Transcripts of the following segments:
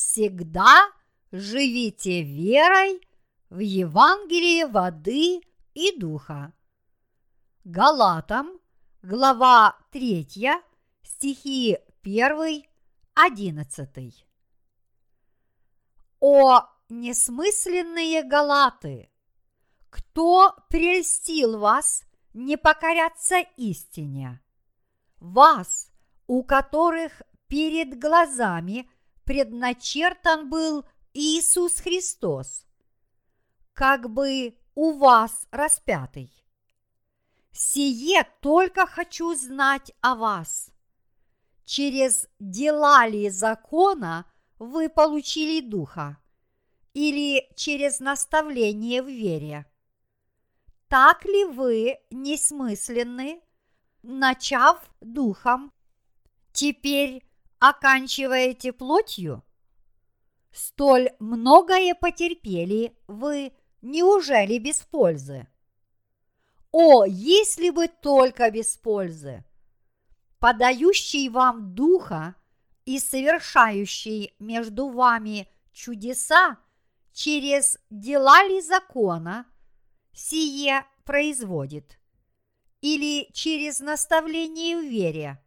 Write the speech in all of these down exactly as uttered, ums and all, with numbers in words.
всегда живите верой в Евангелие воды и духа. Галатам, глава третья, стихи первый, одиннадцатый. О несмысленные галаты! Кто прельстил вас не покоряться истине? Вас, у которых перед глазами предначертан был Иисус Христос, как бы у вас распятый. Сие только хочу знать о вас. Через дела ли закона вы получили духа, или через наставление в вере? Так ли вы несмысленны, начав духом, теперь оканчиваете плотью? Столь многое потерпели вы, неужели без пользы? О, если бы только без пользы! Подающий вам духа и совершающий между вами чудеса через дела ли закона сие производит, или через наставление в вере?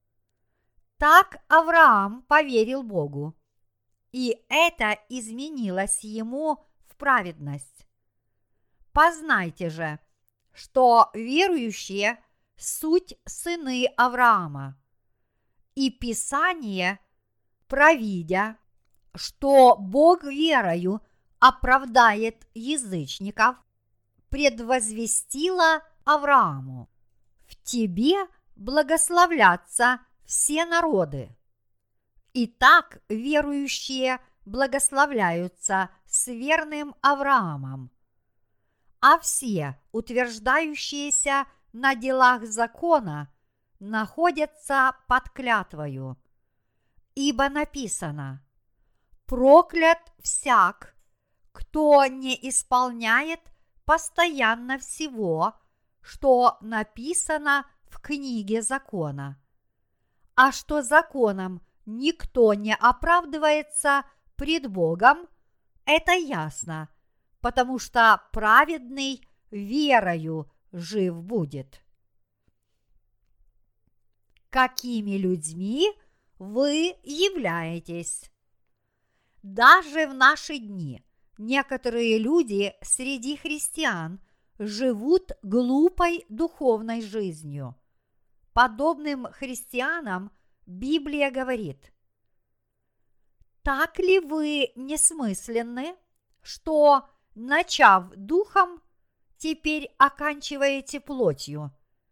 Так Авраам поверил Богу, и это изменилось ему в праведность. Познайте же, что верующие – суть сыны Авраама, и Писание, провидя, что Бог верою оправдает язычников, предвозвестило Аврааму: в тебе благословлятся все народы. Итак, верующие благословляются с верным Авраамом, а все, утверждающиеся на делах закона, находятся под клятвою. Ибо написано: проклят всяк, кто не исполняет постоянно всего, что написано в книге закона. А что законом никто не оправдывается пред Богом, это ясно, потому что праведный верою жив будет. Какими людьми вы являетесь? Даже в наши дни некоторые люди среди христиан живут глупой духовной жизнью. Подобным христианам Библия говорит: так ли вы несмысленны, что, начав духом, теперь оканчиваете плотью?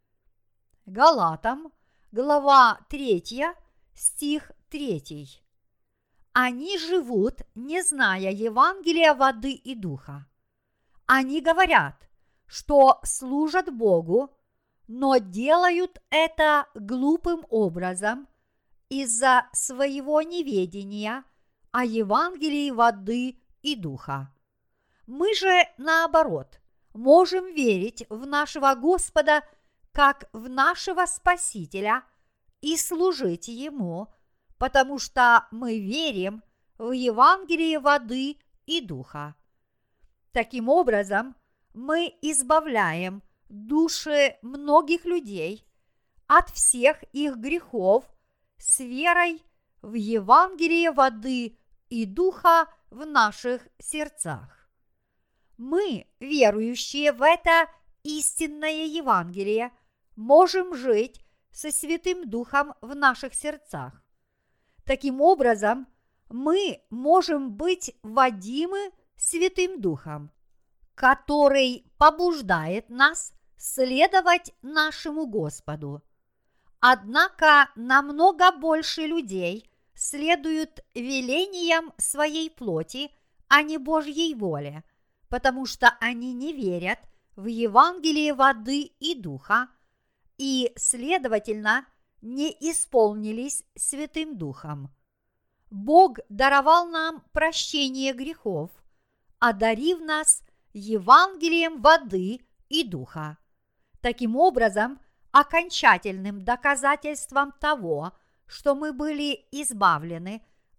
Галатам, глава третья, стих третий. Они живут, не зная Евангелия воды и духа. Они говорят, что служат Богу, но делают это глупым образом из-за своего неведения о Евангелии воды и духа. Мы же, наоборот, можем верить в нашего Господа как в нашего Спасителя и служить Ему, потому что мы верим в Евангелие воды и духа. Таким образом, мы избавляем души многих людей от всех их грехов с верой в Евангелие воды и духа в наших сердцах. Мы, верующие в это истинное Евангелие, можем жить со Святым Духом в наших сердцах. Таким образом, мы можем быть водимы Святым Духом, который побуждает нас следовать нашему Господу. Однако намного больше людей следуют велениям своей плоти, а не Божьей воле, потому что они не верят в Евангелие воды и духа и, следовательно, не исполнились Святым Духом. Бог даровал нам прощение грехов, одарив нас Евангелием воды и духа. Таким образом, окончательным доказательством того, что мы были избавлены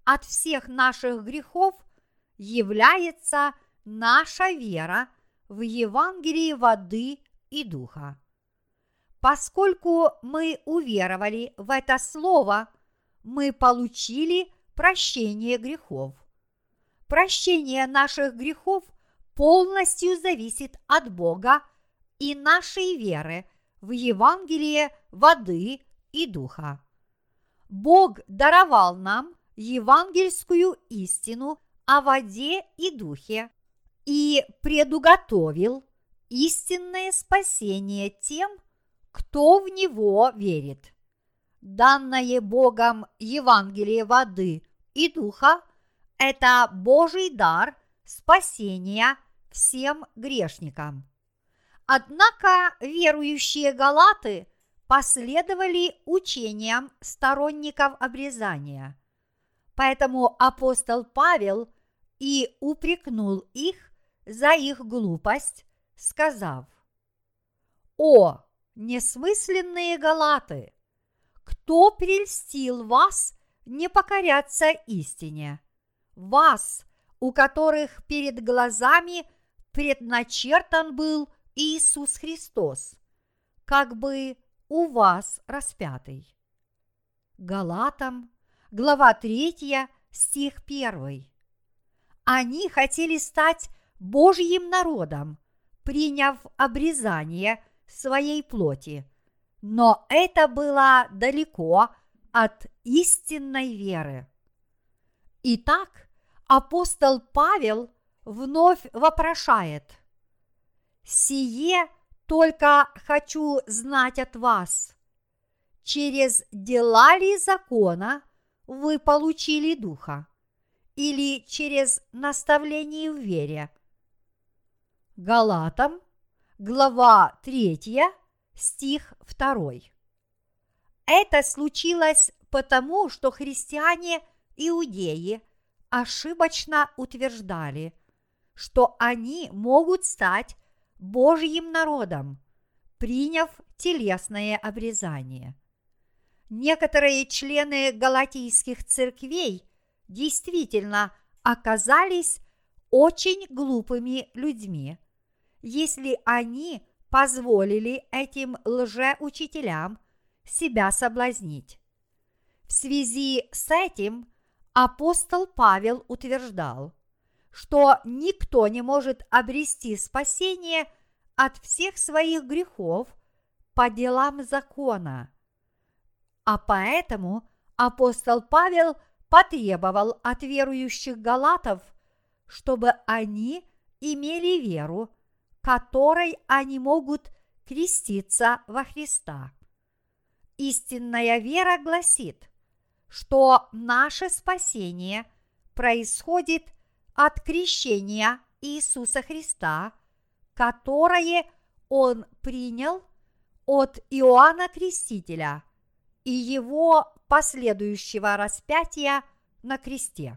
от всех наших грехов является наша вера в Евангелие воды и духа. Поскольку мы уверовали в это слово, мы получили прощение грехов. Прощение наших грехов полностью зависит от Бога и нашей веры в Евангелие воды и духа. Бог даровал нам евангельскую истину о воде и духе и предуготовил истинное спасение тем, кто в него верит. Данное Богом Евангелие воды и духа – это Божий дар спасения всем грешникам. Однако верующие галаты последовали учениям сторонников обрезания. Поэтому апостол Павел и упрекнул их за их глупость, сказав: «О, несмысленные галаты! Кто прельстил вас не покоряться истине? Вас, у которых перед глазами предначертан был Иисус Христос, как бы у вас распятый». Галатам, глава третья, стих первый. Они хотели стать Божьим народом, приняв обрезание своей плоти, но это было далеко от истинной веры. Итак, апостол Павел вновь вопрошает: «Сие только хочу знать от вас, через дела ли закона вы получили духа, или через наставление в вере?» Галатам, глава третья, стих второй. Это случилось потому, что христиане-иудеи ошибочно утверждали, что они могут стать Божьим народом, приняв телесное обрезание. Некоторые члены галатийских церквей действительно оказались очень глупыми людьми, если они позволили этим лжеучителям себя соблазнить. В связи с этим апостол Павел утверждал, что никто не может обрести спасение от всех своих грехов по делам закона. А поэтому апостол Павел потребовал от верующих галатов, чтобы они имели веру, которой они могут креститься во Христа. Истинная вера гласит, что наше спасение происходит от крещения Иисуса Христа, которое Он принял от Иоанна Крестителя и его последующего распятия на кресте.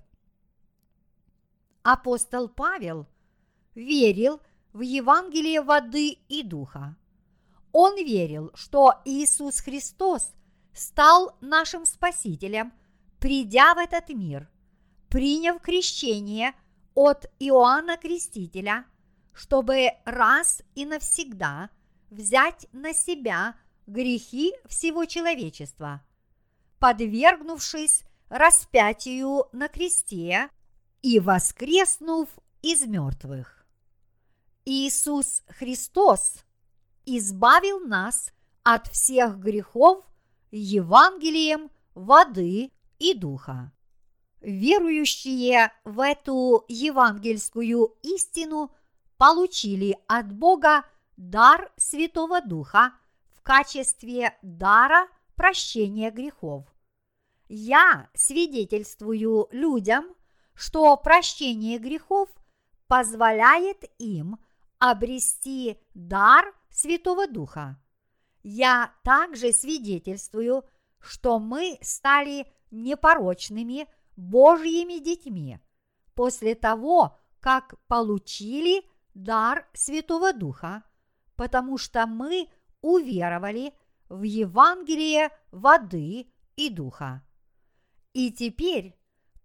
Апостол Павел верил в Евангелие воды и духа. Он верил, что Иисус Христос стал нашим Спасителем, придя в этот мир, приняв крещение от Иоанна Крестителя, чтобы раз и навсегда взять на себя грехи всего человечества, подвергнувшись распятию на кресте и воскреснув из мертвых. Иисус Христос избавил нас от всех грехов Евангелием воды и духа. Верующие в эту евангельскую истину получили от Бога дар Святого Духа в качестве дара прощения грехов. Я свидетельствую людям, что прощение грехов позволяет им обрести дар Святого Духа. Я также свидетельствую, что мы стали непорочными Божьими детьми после того, как получили дар Святого Духа, потому что мы уверовали в Евангелие воды и духа. И теперь,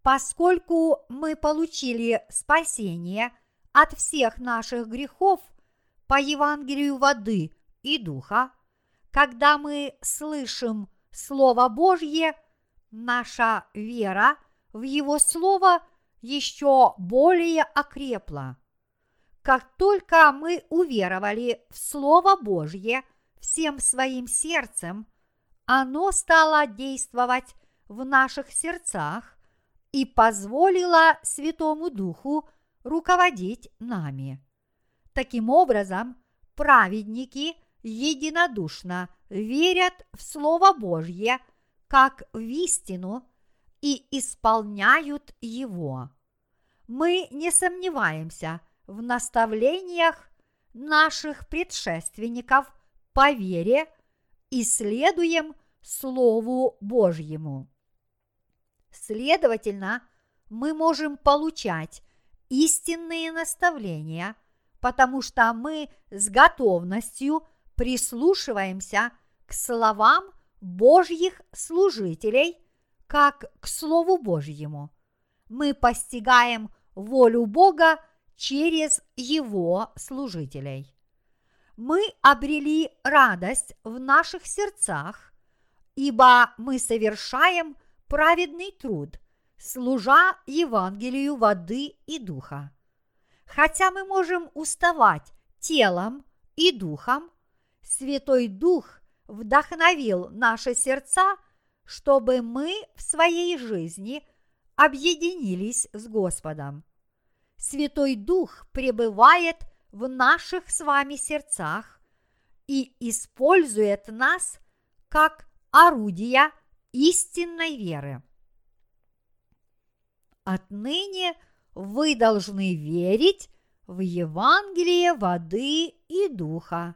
Поскольку мы получили спасение от всех наших грехов по Евангелию воды и духа, когда мы слышим Слово Божье, наша вера в Его Слово еще более окрепла. Как только мы уверовали в Слово Божье всем своим сердцем, оно стало действовать в наших сердцах и позволило Святому Духу руководить нами. Таким образом, праведники единодушно верят в Слово Божье как в истину и исполняют его. Мы не сомневаемся в наставлениях наших предшественников по вере и следуем Слову Божьему. Следовательно, мы можем получать истинные наставления, потому что мы с готовностью прислушиваемся к словам Божьих служителей, как к Слову Божьему. Мы постигаем волю Бога через Его служителей. Мы обрели радость в наших сердцах, ибо мы совершаем праведный труд, служа Евангелию воды и духа. Хотя мы можем уставать телом и духом, Святой Дух вдохновил наши сердца, чтобы мы в своей жизни объединились с Господом. Святой Дух пребывает в наших с вами сердцах и использует нас как орудия истинной веры. Отныне вы должны верить в Евангелие воды и духа.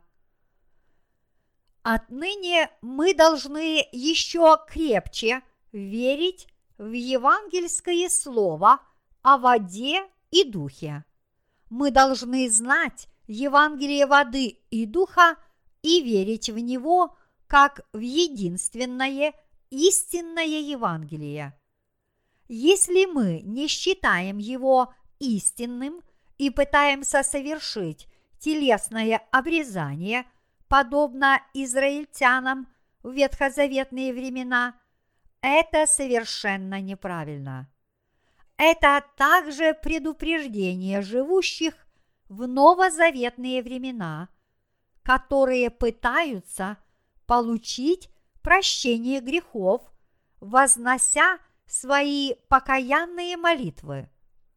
Отныне мы должны еще крепче верить в евангельское слово о воде и духе. Мы должны знать Евангелие воды и духа и верить в него как в единственное истинное Евангелие. Если мы не считаем его истинным и пытаемся совершить телесное обрезание, подобно израильтянам в ветхозаветные времена, это совершенно неправильно. Это также предупреждение живущих в новозаветные времена, которые пытаются получить прощение грехов, вознося свои покаянные молитвы.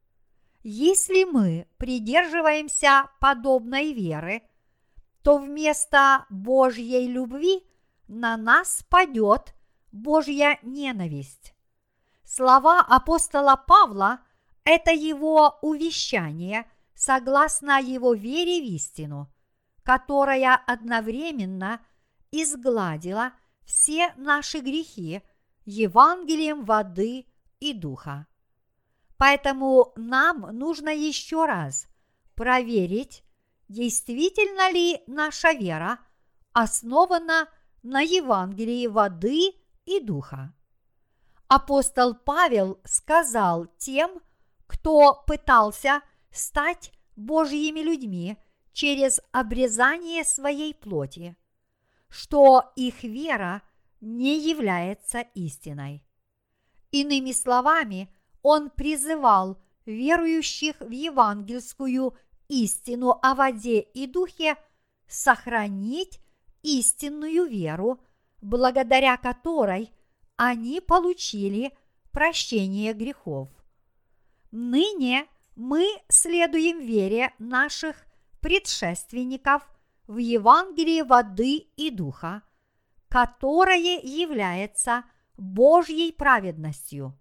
Если мы придерживаемся подобной веры, то вместо Божьей любви на нас падет Божья ненависть. Слова апостола Павла – это его увещание согласно его вере в истину, которая одновременно изгладила все наши грехи Евангелием воды и духа. Поэтому нам нужно еще раз проверить, действительно ли наша вера основана на Евангелии воды и духа. Апостол Павел сказал тем, кто пытался стать Божьими людьми через обрезание своей плоти, что их вера не является истиной. Иными словами, он призывал верующих в евангельскую истину о воде и духе сохранить истинную веру, благодаря которой они получили прощение грехов. Ныне мы следуем вере наших предшественников в Евангелие воды и духа, которое является Божьей праведностью.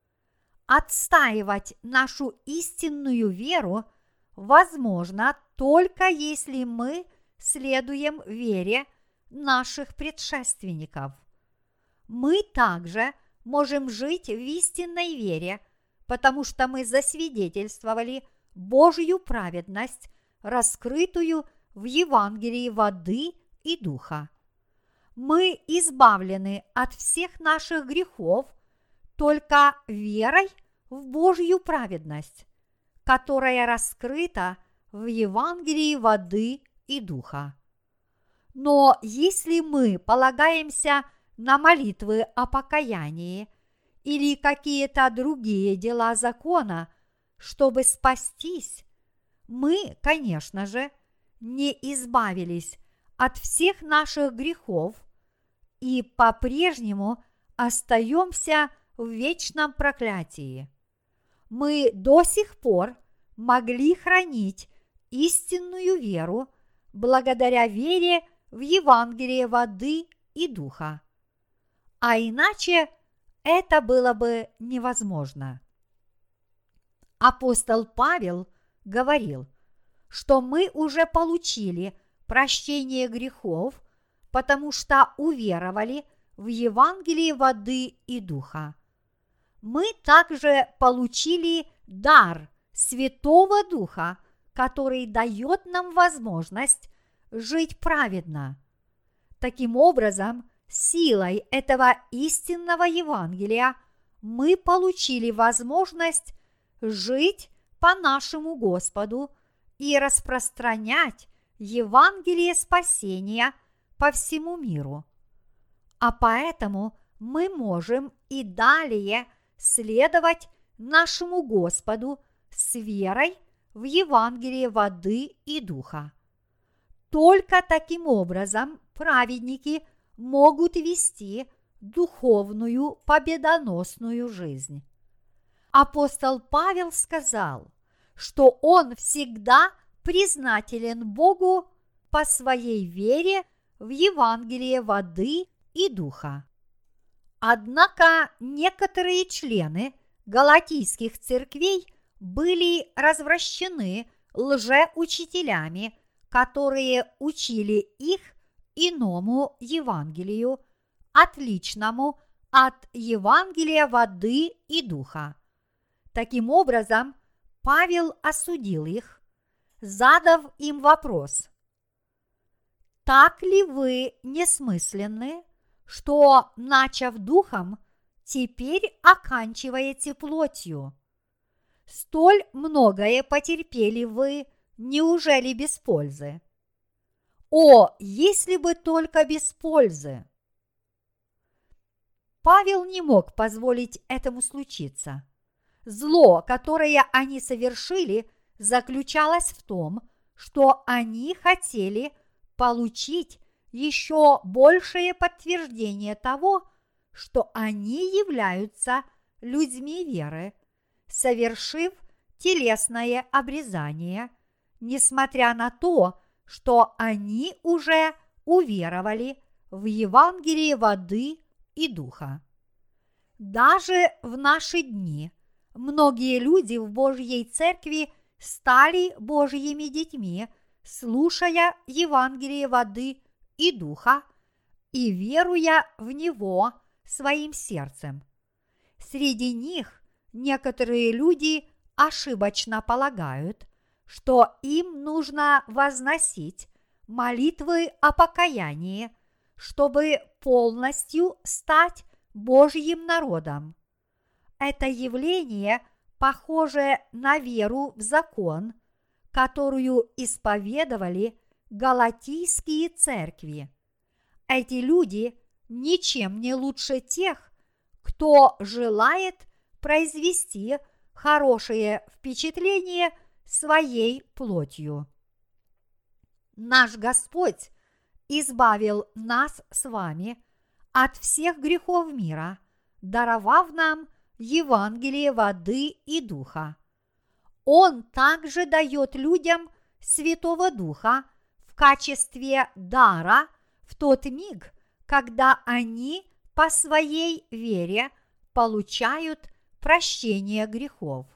Отстаивать нашу истинную веру возможно только если мы следуем вере наших предшественников. Мы также можем жить в истинной вере, потому что мы засвидетельствовали Божью праведность, раскрытую в Евангелии воды и духа. Мы избавлены от всех наших грехов только верой в Божью праведность, которая раскрыта в Евангелии воды и духа. Но если мы полагаемся на молитвы о покаянии или какие-то другие дела закона, чтобы спастись, мы, конечно же, не избавились от всех наших грехов и по-прежнему остаемся в вечном проклятии. Мы до сих пор могли хранить истинную веру благодаря вере в Евангелие воды и духа. А иначе это было бы невозможно. Апостол Павел говорил, что мы уже получили прощение грехов, потому что уверовали в Евангелие воды и духа. Мы также получили дар Святого Духа, который дает нам возможность жить праведно. Таким образом, силой этого истинного Евангелия мы получили возможность жить по нашему Господу и распространять Евангелие спасения по всему миру. А поэтому мы можем и далее следовать нашему Господу с верой в Евангелие воды и духа. Только таким образом праведники могут вести духовную победоносную жизнь. Апостол Павел сказал, что он всегда признателен Богу по своей вере в Евангелие воды и духа. Однако некоторые члены галатийских церквей были развращены лжеучителями, которые учили их иному Евангелию, отличному от Евангелия воды и духа. Таким образом, Павел осудил их, задав им вопрос: «Так ли вы несмысленны, что, начав духом, теперь оканчиваете плотью? Столь многое потерпели вы, неужели без пользы? О, если бы только без пользы!» Павел не мог позволить этому случиться. Зло, которое они совершили, заключалось в том, что они хотели получить еще большее подтверждение того, что они являются людьми веры, совершив телесное обрезание, несмотря на то, что они уже уверовали в Евангелие воды и духа. Даже в наши дни многие люди в Божьей Церкви стали Божьими детьми, слушая Евангелие воды и духа и веруя в него своим сердцем. Среди них некоторые люди ошибочно полагают, что им нужно возносить молитвы о покаянии, чтобы полностью стать Божьим народом. Это явление похоже на веру в закон, которую исповедовали галатийские церкви. Эти люди ничем не лучше тех, кто желает произвести хорошее впечатление своей плотью. Наш Господь избавил нас с вами от всех грехов мира, даровав нам Евангелие воды и духа. Он также дает людям Святого Духа в качестве дара в тот миг, когда они по своей вере получают прощение грехов.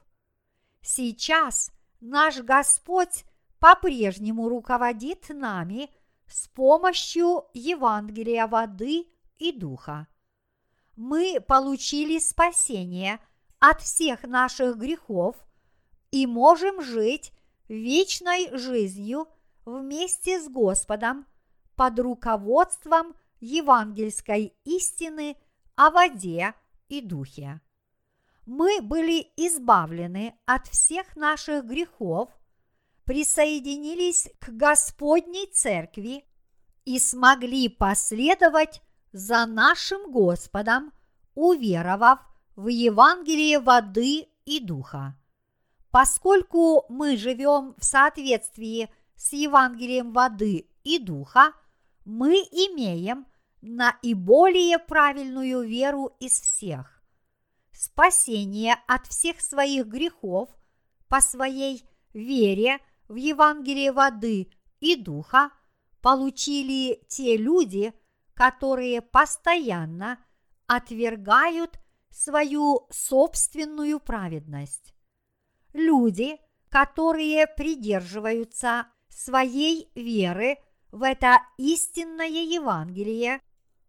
Сейчас наш Господь по-прежнему руководит нами с помощью Евангелия воды и духа. Мы получили спасение от всех наших грехов и можем жить вечной жизнью вместе с Господом под руководством евангельской истины о воде и духе. мы были избавлены от всех наших грехов, присоединились к Господней Церкви и смогли последовать за нашим Господом, уверовав в Евангелие воды и духа. Поскольку мы живем в соответствии с Евангелием воды и духа, мы имеем наиболее правильную веру из всех. Спасение от всех своих грехов по своей вере в Евангелие воды и духа получили те люди, которые постоянно отвергают свою собственную праведность. Люди, которые придерживаются своей веры в это истинное Евангелие,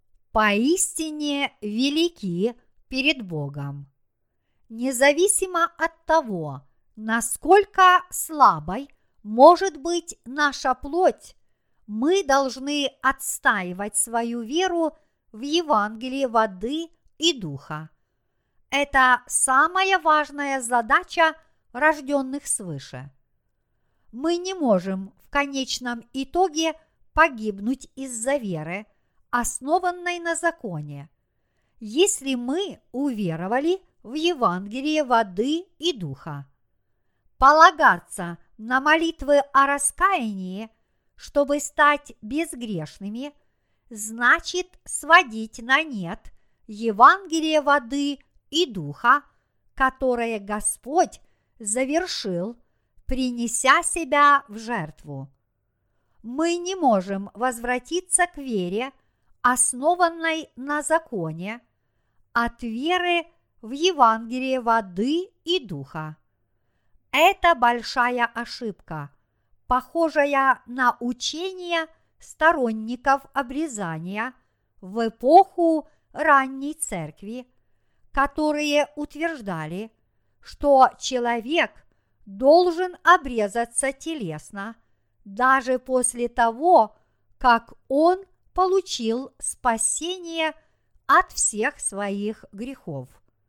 поистине велики перед Богом. Независимо от того, насколько слабой может быть наша плоть, мы должны отстаивать свою веру в Евангелие воды и духа. Это самая важная задача рожденных свыше. Мы не можем в конечном итоге погибнуть из-за веры, основанной на законе, если мы уверовали в Евангелие воды и духа. Полагаться на молитвы о раскаянии, чтобы стать безгрешными, значит сводить на нет Евангелие воды и духа, которое Господь завершил, принеся себя в жертву. Мы не можем возвратиться к вере, основанной на законе, от веры в Евангелие воды и духа. Это большая ошибка, похожая на учение сторонников обрезания в эпоху ранней церкви, которые утверждали, что человек должен обрезаться телесно даже после того, как он получил спасение от всех своих грехов.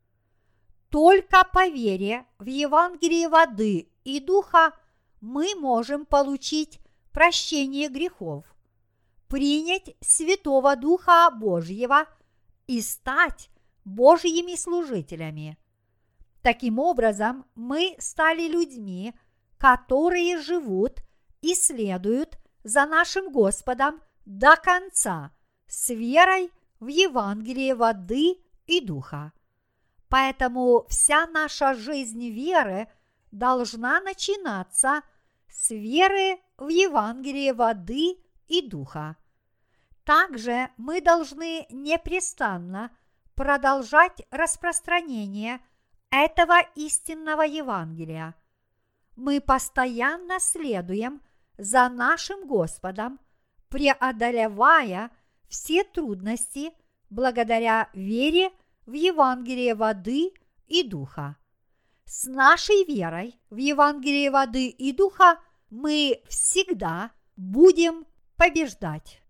Только по вере в Евангелие воды и духа мы можем получить прощение грехов, принять Святого Духа Божьего и стать Божьими служителями. Таким образом, мы стали людьми, которые живут и следуют за нашим Господом до конца с верой в Евангелие воды и духа. Поэтому вся наша жизнь веры должна начинаться с веры в Евангелие воды и духа. Также мы должны непрестанно продолжать распространение этого истинного Евангелия. Мы постоянно следуем за нашим Господом, преодолевая все трудности благодаря вере в Евангелие воды и духа. С нашей верой в Евангелие воды и духа мы всегда будем побеждать.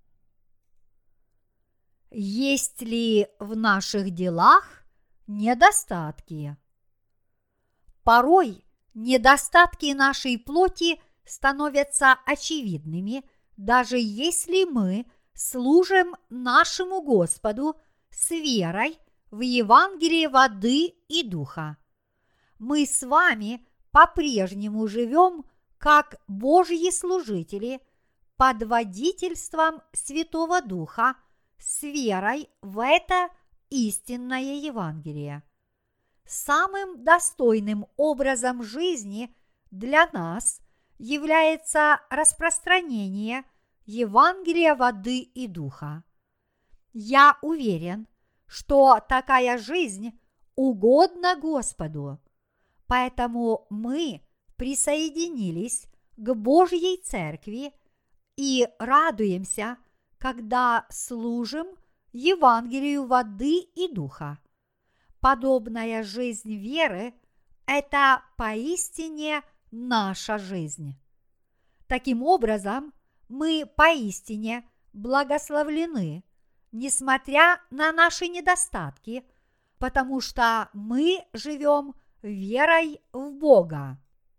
Есть ли в наших делах недостатки? Порой недостатки нашей плоти становятся очевидными, даже если мы служим нашему Господу с верой в Евангелие воды и духа. Мы с вами по-прежнему живем как Божьи служители под водительством Святого Духа с верой в это истинное Евангелие. Самым достойным образом жизни для нас является распространение Евангелия воды и духа. Я уверен, что такая жизнь угодна Господу, поэтому мы присоединились к Божьей Церкви и радуемся, когда служим Евангелию воды и духа. Подобная жизнь веры – это поистине наша жизнь. Таким образом, мы поистине благословлены, несмотря на наши недостатки, потому что мы живем верой в Бога.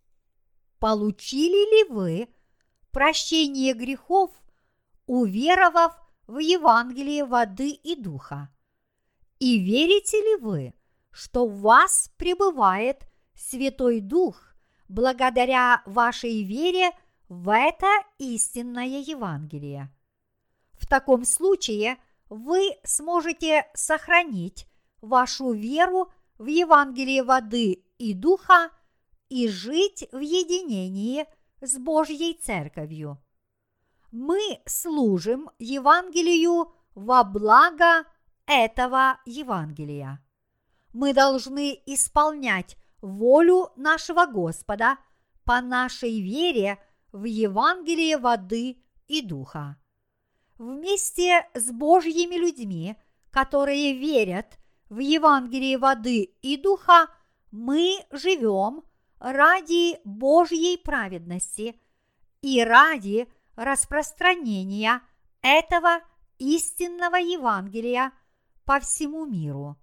Получили ли вы прощение грехов, уверовав в Евангелие воды и духа? И верите ли вы, что в вас пребывает Святой Дух благодаря вашей вере в это истинное Евангелие? В таком случае вы сможете сохранить вашу веру в Евангелие воды и духа и жить в единении с Божьей Церковью. Мы служим Евангелию во благо этого Евангелия. Мы должны исполнять волю нашего Господа по нашей вере в Евангелие воды и духа. Вместе с Божьими людьми, которые верят в Евангелие воды и духа, мы живем ради Божьей праведности и ради распространения этого истинного Евангелия по всему миру.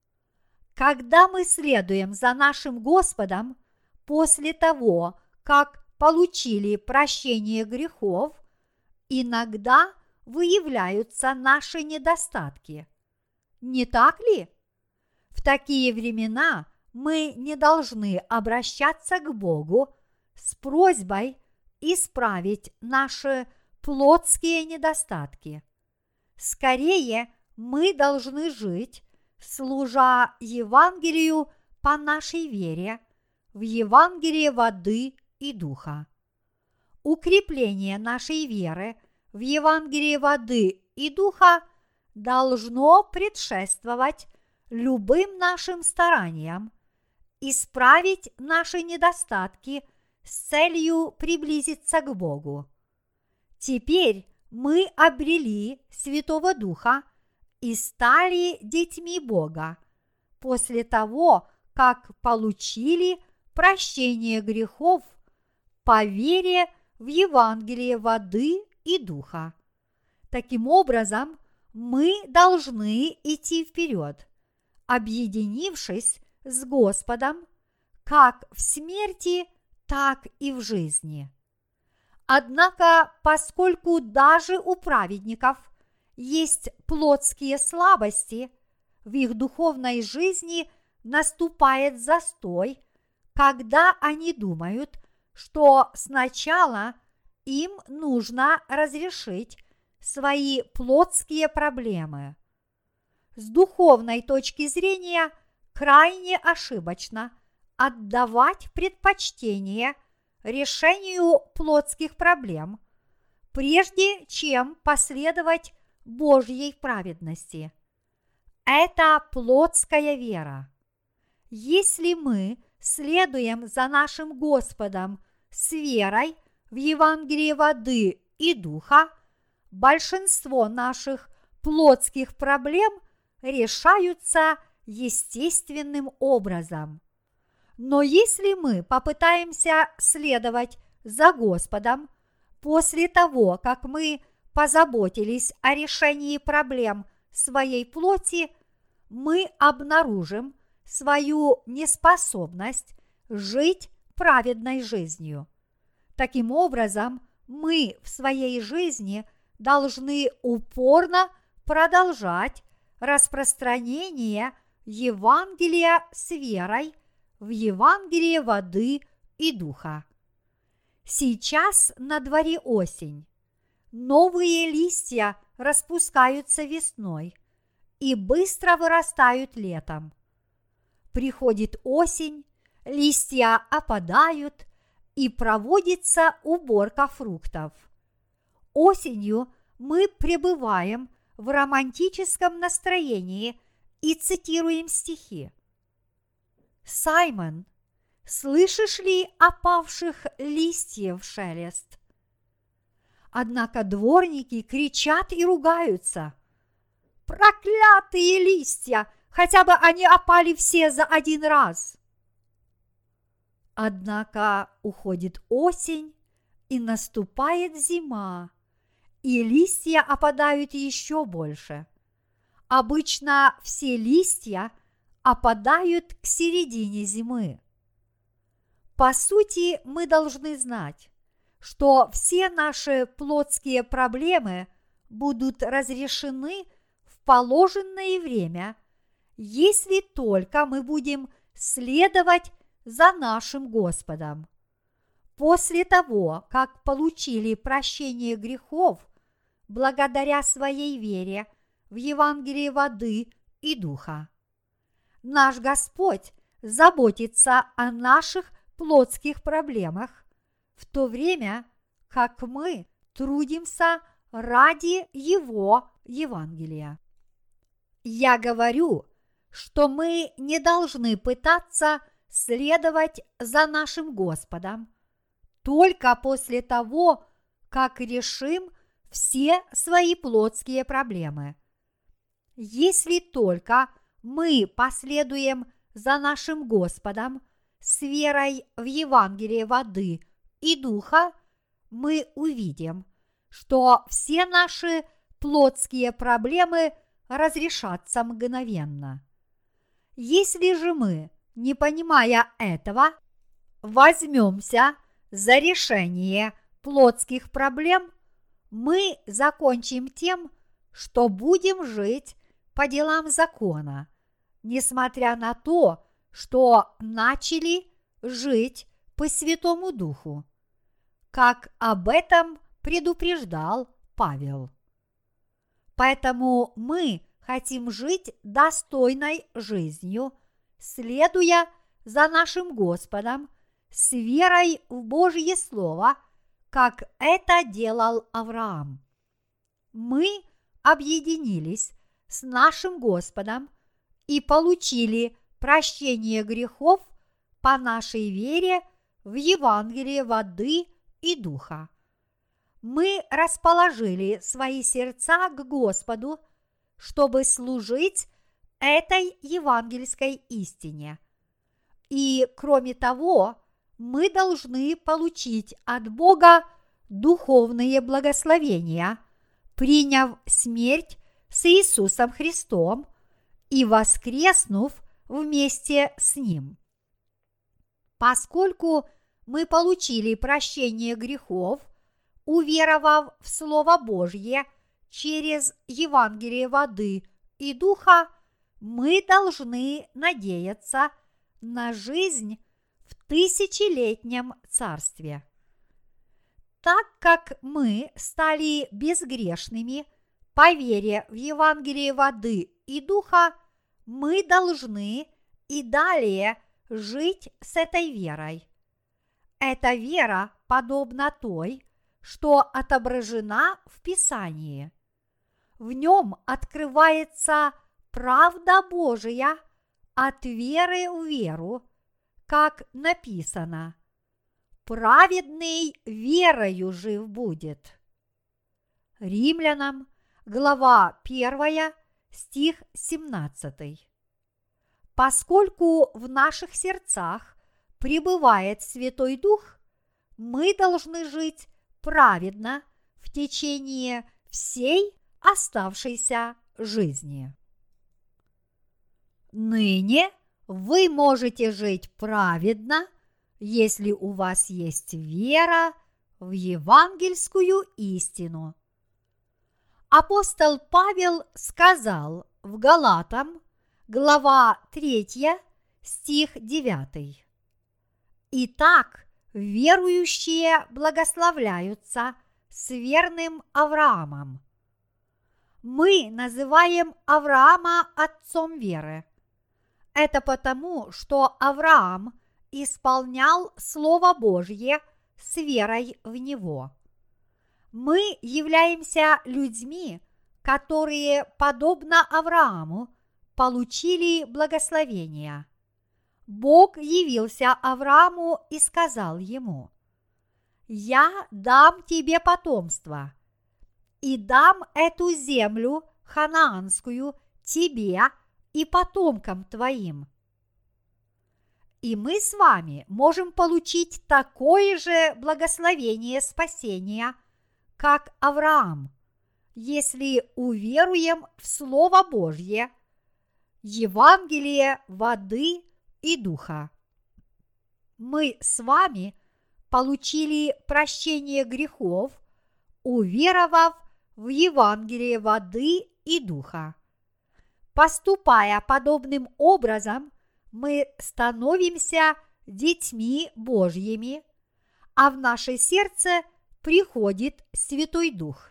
Когда мы следуем за нашим Господом после того, как получили прощение грехов, иногда выявляются наши недостатки. Не так ли? В такие времена мы не должны обращаться к Богу с просьбой исправить наши плотские недостатки. Скорее, мы должны жить, служа Евангелию по нашей вере, в Евангелие воды и духа. Укрепление нашей веры в Евангелие воды и духа должно предшествовать любым нашим стараниям исправить наши недостатки с целью приблизиться к Богу. Теперь мы обрели Святого Духа и стали детьми Бога после того, как получили прощение грехов по вере в Евангелие воды и духа. Таким образом, мы должны идти вперед, объединившись с Господом как в смерти, так и в жизни. Однако, поскольку даже у праведников есть плотские слабости, в их духовной жизни наступает застой, когда они думают, что сначала им нужно разрешить свои плотские проблемы. С духовной точки зрения крайне ошибочно отдавать предпочтение решению плотских проблем, прежде чем последовать Божьей праведности. Это плотская вера. Если мы следуем за нашим Господом с верой в Евангелие воды и духа, большинство наших плотских проблем решаются естественным образом. Но если мы попытаемся следовать за Господом после того, как мы позаботились о решении проблем своей плоти, мы обнаружим свою неспособность жить праведной жизнью. Таким образом, мы в своей жизни должны упорно продолжать распространение Евангелия с верой в Евангелие воды и духа. Сейчас на дворе осень. Новые листья распускаются весной и быстро вырастают летом. Приходит осень, листья опадают и проводится уборка фруктов. Осенью мы пребываем в романтическом настроении и цитируем стихи. Саймон, слышишь ли опавших листьев шелест? Однако дворники кричат и ругаются. Проклятые листья! Хотя бы они опали все за один раз. Однако уходит осень, и наступает зима, и листья опадают еще больше. Обычно все листья опадают к середине зимы. По сути, мы должны знать, что все наши плотские проблемы будут разрешены в положенное время, если только мы будем следовать за нашим Господом. После того, как получили прощение грехов благодаря своей вере в Евангелие воды и духа, наш Господь заботится о наших плотских проблемах, в то время как мы трудимся ради Его Евангелия. Я говорю, что мы не должны пытаться следовать за нашим Господом только после того, как решим все свои плотские проблемы. Если только мы последуем за нашим Господом с верой в Евангелие воды и духа, мы увидим, что все наши плотские проблемы разрешатся мгновенно. Если же мы, не понимая этого, возьмемся за решение плотских проблем, мы закончим тем, что будем жить по делам закона, несмотря на то, что начали жить по Святому Духу, как об этом предупреждал Павел. Поэтому мы хотим жить достойной жизнью, следуя за нашим Господом с верой в Божье Слово, как это делал Авраам. Мы объединились с нашим Господом и получили прощение грехов по нашей вере в Евангелие воды и духа. Мы расположили свои сердца к Господу, чтобы служить этой евангельской истине. И, кроме того, мы должны получить от Бога духовные благословения, приняв смерть с Иисусом Христом и воскреснув вместе с Ним. Поскольку мы получили прощение грехов, уверовав в Слово Божье через Евангелие воды и духа, мы должны надеяться на жизнь в тысячелетнем царстве. Так как мы стали безгрешными по вере в Евангелие воды и духа, мы должны и далее жить с этой верой. Эта вера подобна той, что отображена в Писании. В нем открывается правда Божия от веры в веру, как написано: «Праведный верою жив будет». Римлянам, глава первая, стих семнадцатый. Поскольку в наших сердцах пребывает Святой Дух, мы должны жить праведно в течение всей оставшейся жизни. Ныне вы можете жить праведно, если у вас есть вера в евангельскую истину. Апостол Павел сказал в Галатам, глава третья, стих девятый: «Итак, верующие благословляются с верным Авраамом». Мы называем Авраама отцом веры. Это потому, что Авраам исполнял Слово Божье с верой в него. Мы являемся людьми, которые, подобно Аврааму, получили благословение. Бог явился Аврааму и сказал ему: «Я дам тебе потомство, и дам эту землю ханаанскую тебе и потомкам твоим». И мы с вами можем получить такое же благословение спасения, как Авраам, если уверуем в Слово Божье, Евангелие воды и духа. Мы с вами получили прощение грехов, уверовав в Евангелие воды и духа. Поступая подобным образом, мы становимся детьми Божьими, а в наше сердце приходит Святой Дух.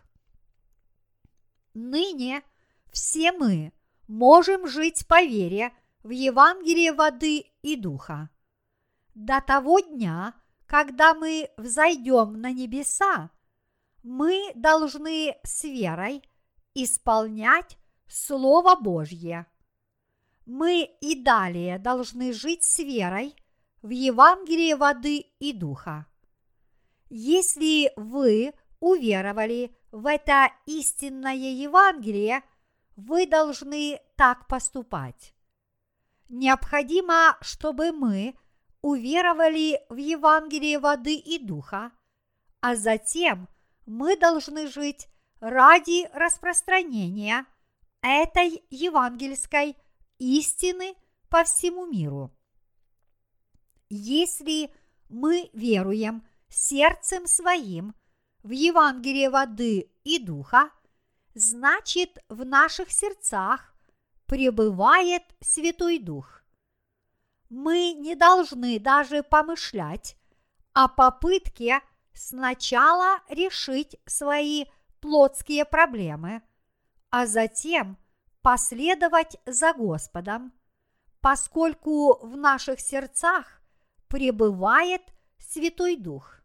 Ныне все мы можем жить по вере в Евангелие воды и духа. До того дня, когда мы взойдем на небеса, мы должны с верой исполнять Слово Божье. Мы и далее должны жить с верой в Евангелие воды и духа. Если вы уверовали в это истинное Евангелие, вы должны так поступать. Необходимо, чтобы мы уверовали в Евангелие воды и духа, а затем мы должны жить ради распространения этой евангельской истины по всему миру. Если мы веруем сердцем своим в Евангелие воды и духа, значит, в наших сердцах пребывает Святой Дух. Мы не должны даже помышлять о попытке сначала решить свои плотские проблемы, а затем последовать за Господом, поскольку в наших сердцах пребывает Святой Дух.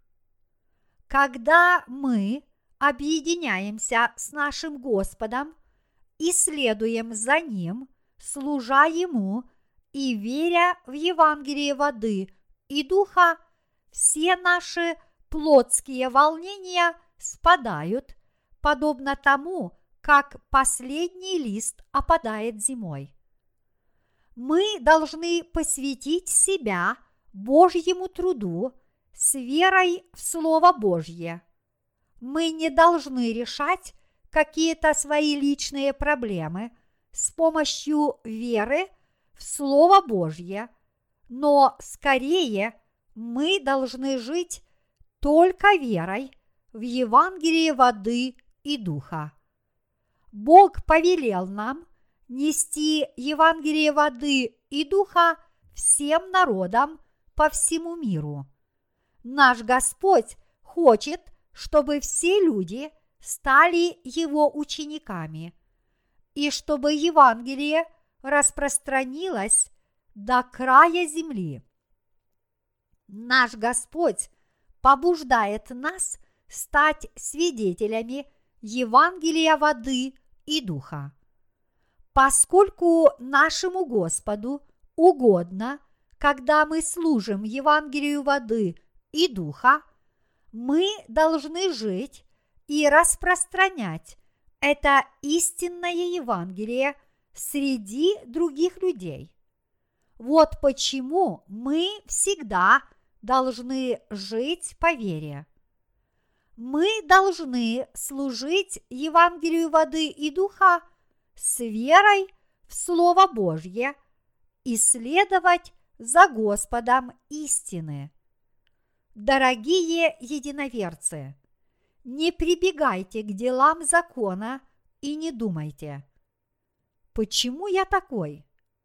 Когда мы объединяемся с нашим Господом и следуем за Ним, служа Ему и веря в Евангелие воды и духа, все наши плотские волнения спадают, подобно тому, как последний лист опадает зимой. Мы должны посвятить себя Божьему труду с верой в Слово Божье. Мы не должны решать какие-то свои личные проблемы с помощью веры в Слово Божье, но скорее мы должны жить только верой в Евангелие воды и духа. Бог повелел нам нести Евангелие воды и духа всем народам по всему миру. Наш Господь хочет, чтобы все люди стали Его учениками, и чтобы Евангелие распространилось до края земли. Наш Господь побуждает нас стать свидетелями Евангелия воды и духа. Поскольку нашему Господу угодно, когда мы служим Евангелию воды и духа, мы должны жить и распространять это истинное Евангелие среди других людей. Вот почему мы всегда должны жить по вере. Мы должны служить Евангелию воды и духа с верой в Слово Божье и следовать за Господом истины. Дорогие единоверцы, не прибегайте к делам закона и не думайте: почему я такой?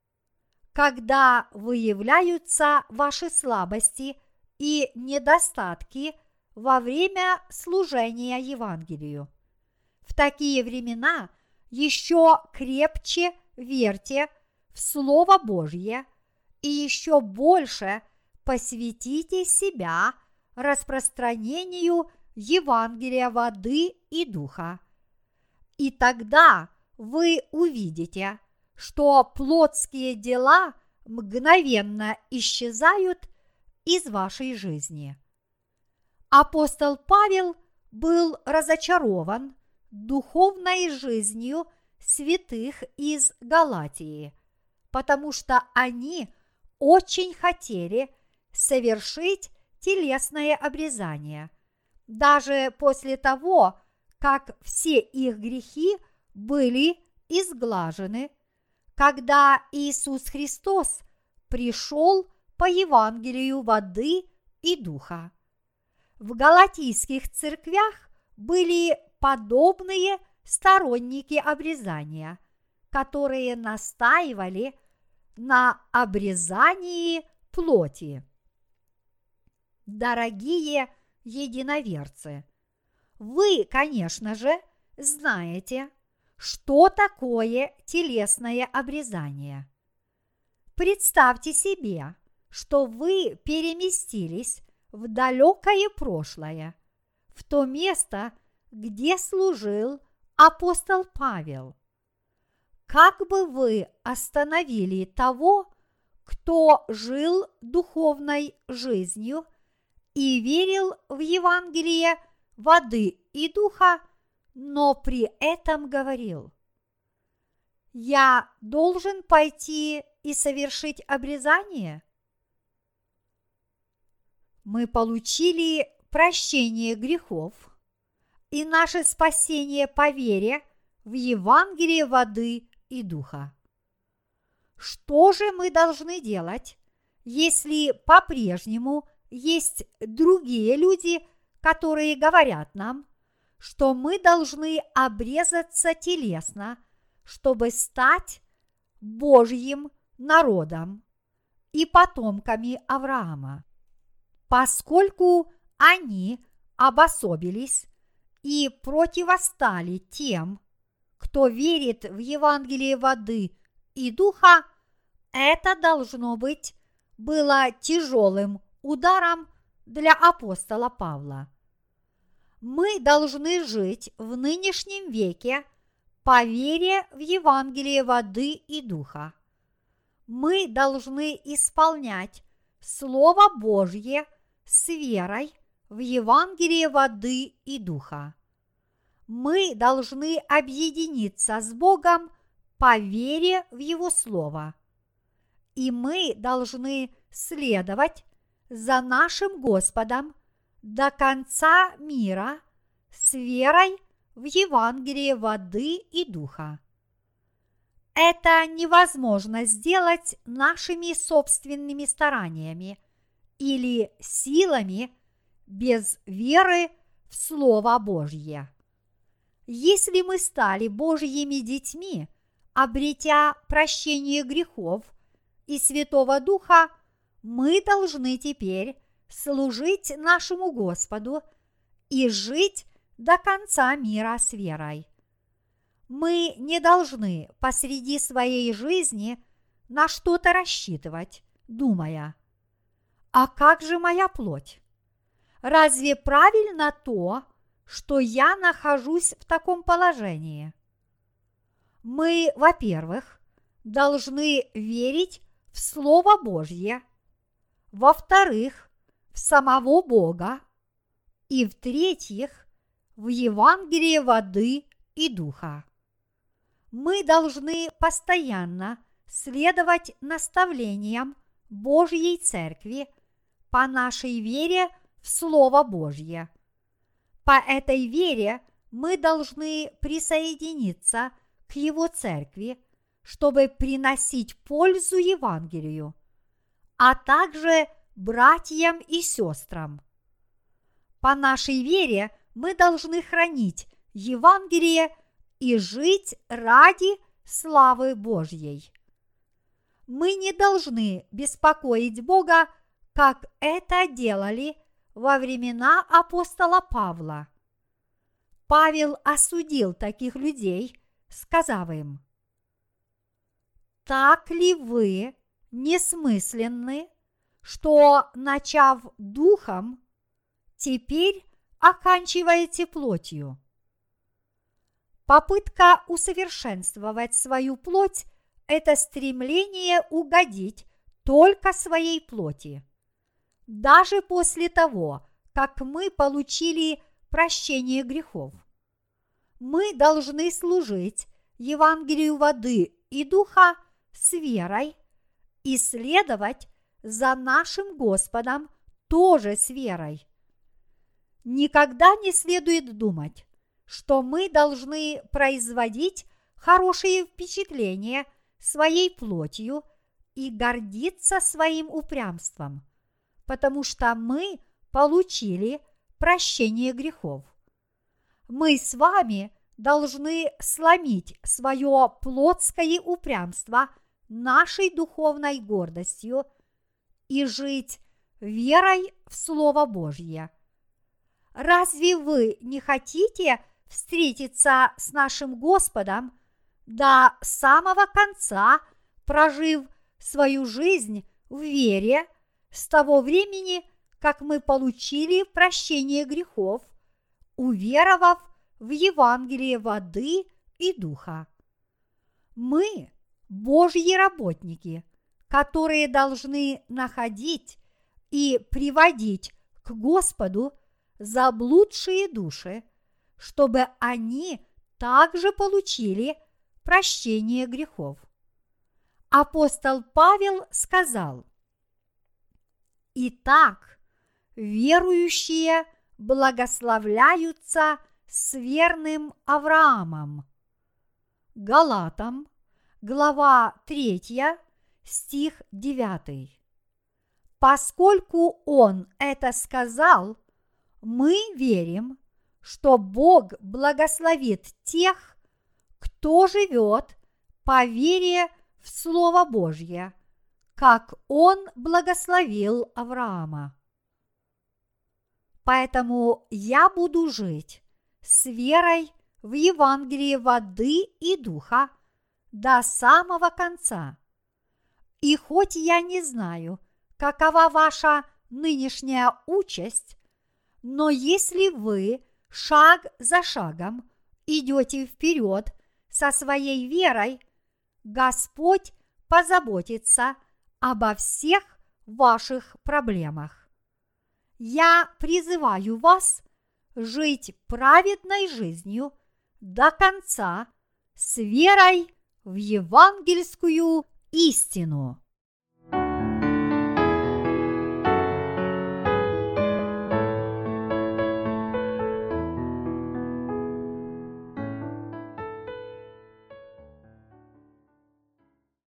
Когда выявляются ваши слабости и недостатки во время служения Евангелию, в такие времена еще крепче верьте в Слово Божье и еще больше посвятите себя распространению Евангелия воды и духа. И тогда вы увидите, что плотские дела мгновенно исчезают из вашей жизни. Апостол Павел был разочарован духовной жизнью святых из Галатии, потому что они очень хотели совершить телесное обрезание, даже после того, как все их грехи были изглажены, когда Иисус Христос пришел по Евангелию воды и духа. В галатийских церквях были подобные сторонники обрезания, которые настаивали на обрезании плоти. Дорогие единоверцы, вы, конечно же, знаете, что такое телесное обрезание. Представьте себе, что вы переместились в далекое прошлое, в то место, где служил апостол Павел. Как бы вы остановили того, кто жил духовной жизнью и верил в Евангелие воды и духа, но при этом говорил: «Я должен пойти и совершить обрезание»? Мы получили прощение грехов и наше спасение по вере в Евангелие воды и духа. Что же мы должны делать, если по-прежнему есть другие люди, которые говорят нам, что мы должны обрезаться телесно, чтобы стать Божьим народом и потомками Авраама? Поскольку они обособились и противостали тем, кто верит в Евангелие воды и духа, это, должно быть, было тяжелым ударом для апостола Павла. Мы должны жить в нынешнем веке по вере в Евангелие воды и духа. Мы должны исполнять Слово Божье с верой в Евангелие воды и духа. Мы должны объединиться с Богом по вере в Его Слово. И мы должны следовать за нашим Господом до конца мира с верой в Евангелие воды и духа. Это невозможно сделать нашими собственными стараниями или силами без веры в Слово Божье. Если мы стали Божьими детьми, обретя прощение грехов и Святого Духа, мы должны теперь служить нашему Господу и жить до конца мира с верой. Мы не должны посреди своей жизни на что-то рассчитывать, думая: «А как же моя плоть? Разве правильно то, что я нахожусь в таком положении?» Мы, во-первых, должны верить в Слово Божье, во-вторых, в самого Бога, и в-третьих, в Евангелие воды и духа. Мы должны постоянно следовать наставлениям Божьей Церкви по нашей вере в Слово Божье. По этой вере мы должны присоединиться к Его Церкви, чтобы приносить пользу Евангелию, а также братьям и сестрам. По нашей вере мы должны хранить Евангелие и жить ради славы Божьей. Мы не должны беспокоить Бога, как это делали во времена апостола Павла. Павел осудил таких людей, сказав им: «Так ли вы несмысленны, что, начав духом, теперь оканчиваете плотью?» Попытка усовершенствовать свою плоть – это стремление угодить только своей плоти. Даже после того, как мы получили прощение грехов, мы должны служить Евангелию воды и духа с верой и следовать за нашим Господом тоже с верой. Никогда не следует думать, что мы должны производить хорошие впечатления своей плотью и гордиться своим упрямством, потому что мы получили прощение грехов. Мы с вами должны сломить свое плотское упрямство нашей духовной гордостью и жить верой в Слово Божье. Разве вы не хотите встретиться с нашим Господом до самого конца, прожив свою жизнь в вере с того времени, как мы получили прощение грехов, уверовав в Евангелие воды и духа? Мы – Божьи работники, которые должны находить и приводить к Господу заблудшие души, чтобы они также получили прощение грехов. Апостол Павел сказал: «Итак, верующие благословляются с верным Авраамом». Галатам, глава третья, стих девятый. Поскольку он это сказал, мы верим, что Бог благословит тех, кто живет по вере в Слово Божье, как Он благословил Авраама. Поэтому я буду жить с верой в Евангелие воды и духа до самого конца. И хоть я не знаю, какова ваша нынешняя участь, но если вы шаг за шагом идете вперед со своей верой, Господь позаботится обо всех ваших проблемах. Я призываю вас жить праведной жизнью до конца с верой в евангельскую истину.